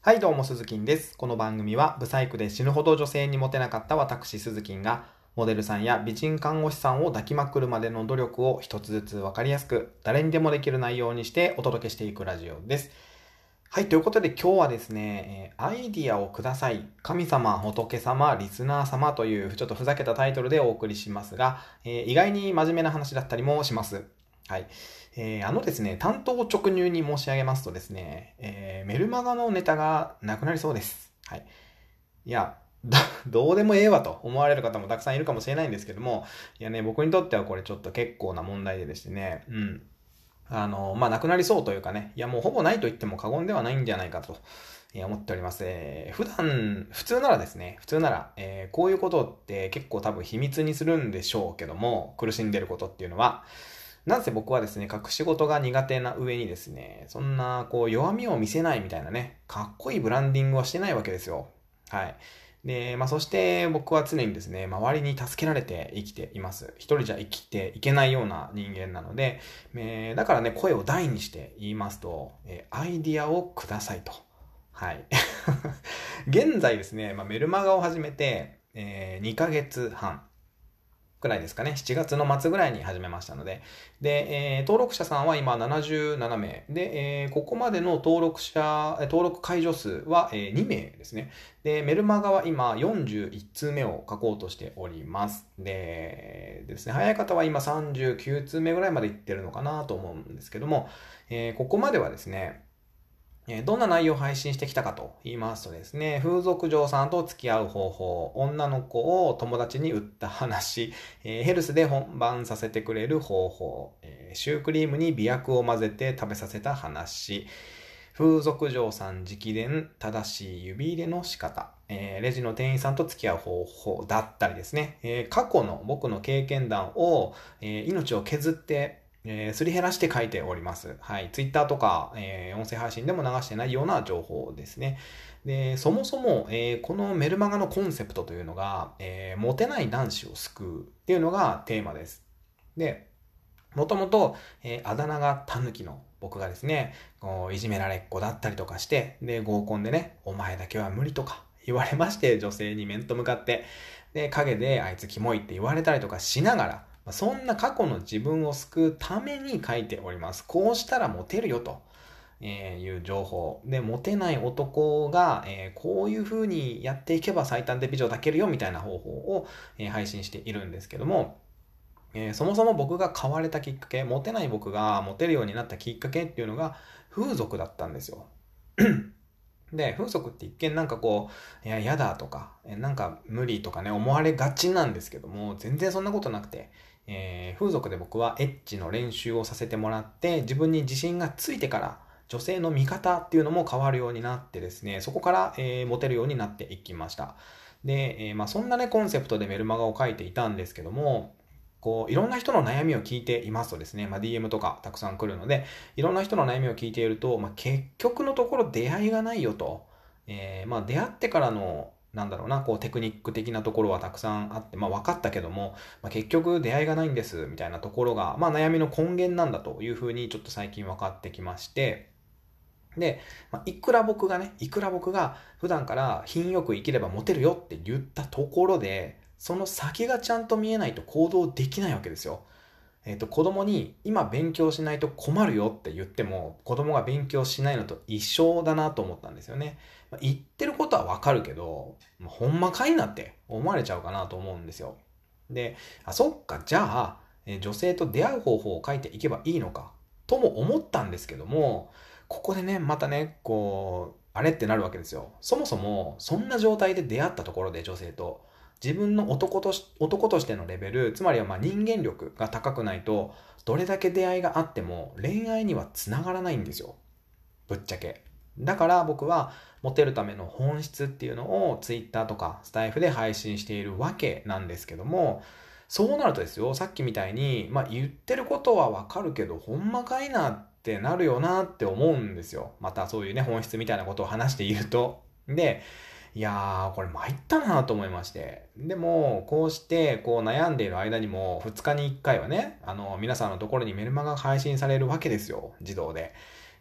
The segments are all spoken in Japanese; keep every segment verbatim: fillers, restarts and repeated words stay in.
はいどうも、鈴木です。この番組は、ブサイクで死ぬほど女性にモテなかった私、鈴木が、モデルさんや美人看護師さんを抱きまくるまでの努力を一つずつわかりやすく、誰にでもできる内容にしてお届けしていくラジオです。はい、ということで今日はですね、えーアイディアをください。神様、仏様、リスナー様というちょっとふざけたタイトルでお送りしますが、えー意外に真面目な話だったりもします。はい。えーあのですね、担当直入に申し上げますとですね、えーメルマガのネタがなくなりそうです。はい。いや、どどうでもええわと思われる方もたくさんいるかもしれないんですけども、いやね、僕にとってはこれちょっと結構な問題ででしてね、うん。あの、まあ、なくなりそうというかね、いやもうほぼないと言っても過言ではないんじゃないかとえー思っております。えー普段、普通ならですね、普通なら、えーこういうことって結構多分秘密にするんでしょうけども、苦しんでることっていうのは、なんせ僕はですね、隠し事が苦手な上にですね、そんなこう弱みを見せないみたいなね、かっこいいブランディングはしてないわけですよ。はい。で、まあそして僕は常にですね、周りに助けられて生きています。一人じゃ生きていけないような人間なので、えーだからね、声を大にして言いますと、えーアイディアをくださいと。はい。現在ですね、まあ、メルマガを始めて、えーにかげつはん。くらいですかね。しちがつの末ぐらいに始めましたので。で、えー登録者さんは今ななじゅうななめい。で、えーここまでの登録者、登録解除数は、えーにめいですね。で、メルマガは今よんじゅういち通目を書こうとしております。で、ですね、早い方は今さんじゅうきゅう通目ぐらいまでいってるのかなと思うんですけども、えーここまではですね、えーどんな内容を配信してきたかと言いますとですね、風俗嬢さんと付き合う方法、女の子を友達に売った話、えーヘルスで本番させてくれる方法、えーシュークリームに美薬を混ぜて食べさせた話、風俗嬢さん直伝正しい指入れの仕方、えーレジの店員さんと付き合う方法だったりですね、えー過去の僕の経験談を、えー命を削ってえーすり減らして書いております。はい。ツイッターとか、えー音声配信でも流してないような情報ですね。で、そもそも、えーこのメルマガのコンセプトというのが、えーモテない男子を救うっていうのがテーマです。で、もともと、えーあだ名がタヌキの僕がですね、こういじめられっ子だったりとかして、で、合コンでね、お前だけは無理とか言われまして、女性に面と向かって、で、陰であいつキモいって言われたりとかしながら、まあそんな過去の自分を救うために書いております。こうしたらモテるよと。えーいう情報。で、モテない男が、えーこういう風にやっていけば最短で美女を抱けるよみたいな方法を、えー配信しているんですけども、えーそもそも僕が変われたきっかけ、モテない僕がモテるようになったきっかけっていうのが風俗だったんですよ。で、風俗って一見なんかこう、いや、嫌だとか、えなんか無理とかね、思われがちなんですけども、全然そんなことなくて、えー風俗で僕はエッチの練習をさせてもらって、自分に自信がついてから、女性の見方っていうのも変わるようになってですね、そこから、えーモテるようになっていきました。で、えーまあそんなね、コンセプトでメルマガを書いていたんですけども、こう、いろんな人の悩みを聞いていますとですね、まあ、ディーエム とかたくさん来るので、いろんな人の悩みを聞いていると、まあ、結局のところ出会いがないよと。えーまあ、出会ってからの、なんだろうな、こうテクニック的なところはたくさんあって、まあ分かったけども、まあ、結局出会いがないんです、みたいなところが、まあ悩みの根源なんだというふうにちょっと最近分かってきまして、で、まあ、いくら僕がね、いくら僕が普段から品よく生きればモテるよって言ったところで、その先がちゃんと見えないと行動できないわけですよ。えっと、子供に今勉強しないと困るよって言っても、子供が勉強しないのと一緒だなと思ったんですよね。まあ言ってることはわかるけど、まあほんまかいなって思われちゃうかなと思うんですよ。で、あ、そっか、じゃあ、え女性と出会う方法を書いていけばいいのか、とも思ったんですけども、ここでね、またね、こう、あれってなるわけですよ。そもそも、そんな状態で出会ったところで女性と、自分の男とし、男としてのレベル、つまりはまあ人間力が高くないと、どれだけ出会いがあっても恋愛にはつながらないんですよ。ぶっちゃけ。だから僕はモテるための本質っていうのを Twitter とかスタイフで配信しているわけなんですけども、そうなるとですよ、さっきみたいに、まあ言ってることはわかるけど、ほんまかいなってなるよなって思うんですよ。またそういうね、本質みたいなことを話していると。で、いやー、これ参ったなと思いまして。でも、こうして、こう悩んでいる間にも、ふつかにいっかいはね、あの、皆さんのところにメルマガが配信されるわけですよ。自動で。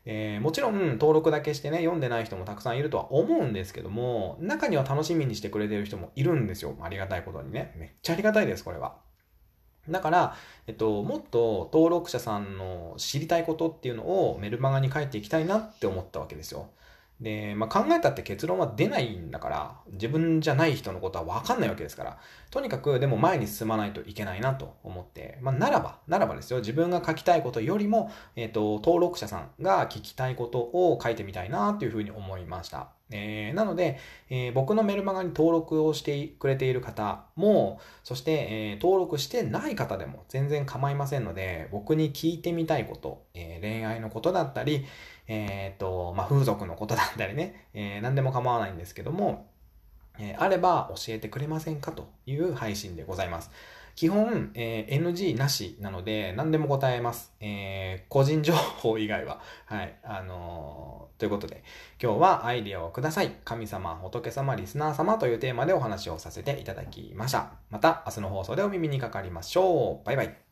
えー、もちろん登録だけしてね、読んでない人もたくさんいるとは思うんですけども、中には楽しみにしてくれてる人もいるんですよ。ありがたいことにね。めっちゃありがたいです、これは。だから、えっと、もっと登録者さんの知りたいことっていうのをメルマガに書いていきたいなって思ったわけですよ。で、まあ、考えたって結論は出ないんだから、自分じゃない人のことは分かんないわけですから、とにかくでも前に進まないといけないなと思って、まあ、ならば、ならばですよ、自分が書きたいことよりも、えっと、登録者さんが聞きたいことを書いてみたいなというふうに思いました。えーなので、えー僕のメルマガに登録をしてくれている方も、そして、えー登録してない方でも全然構いませんので、僕に聞いてみたいこと、えー恋愛のことだったり、えーと、まあ、風俗のことだったりね、えー何でも構わないんですけども、えーあれば教えてくれませんかという配信でございます。基本、えー エヌジー なしなので何でも答えます。えー個人情報以外は。はい。あのーということで、今日はアイディアをください。神様、仏様、リスナー様というテーマでお話をさせていただきました。また明日の放送でお耳にかかりましょう。バイバイ。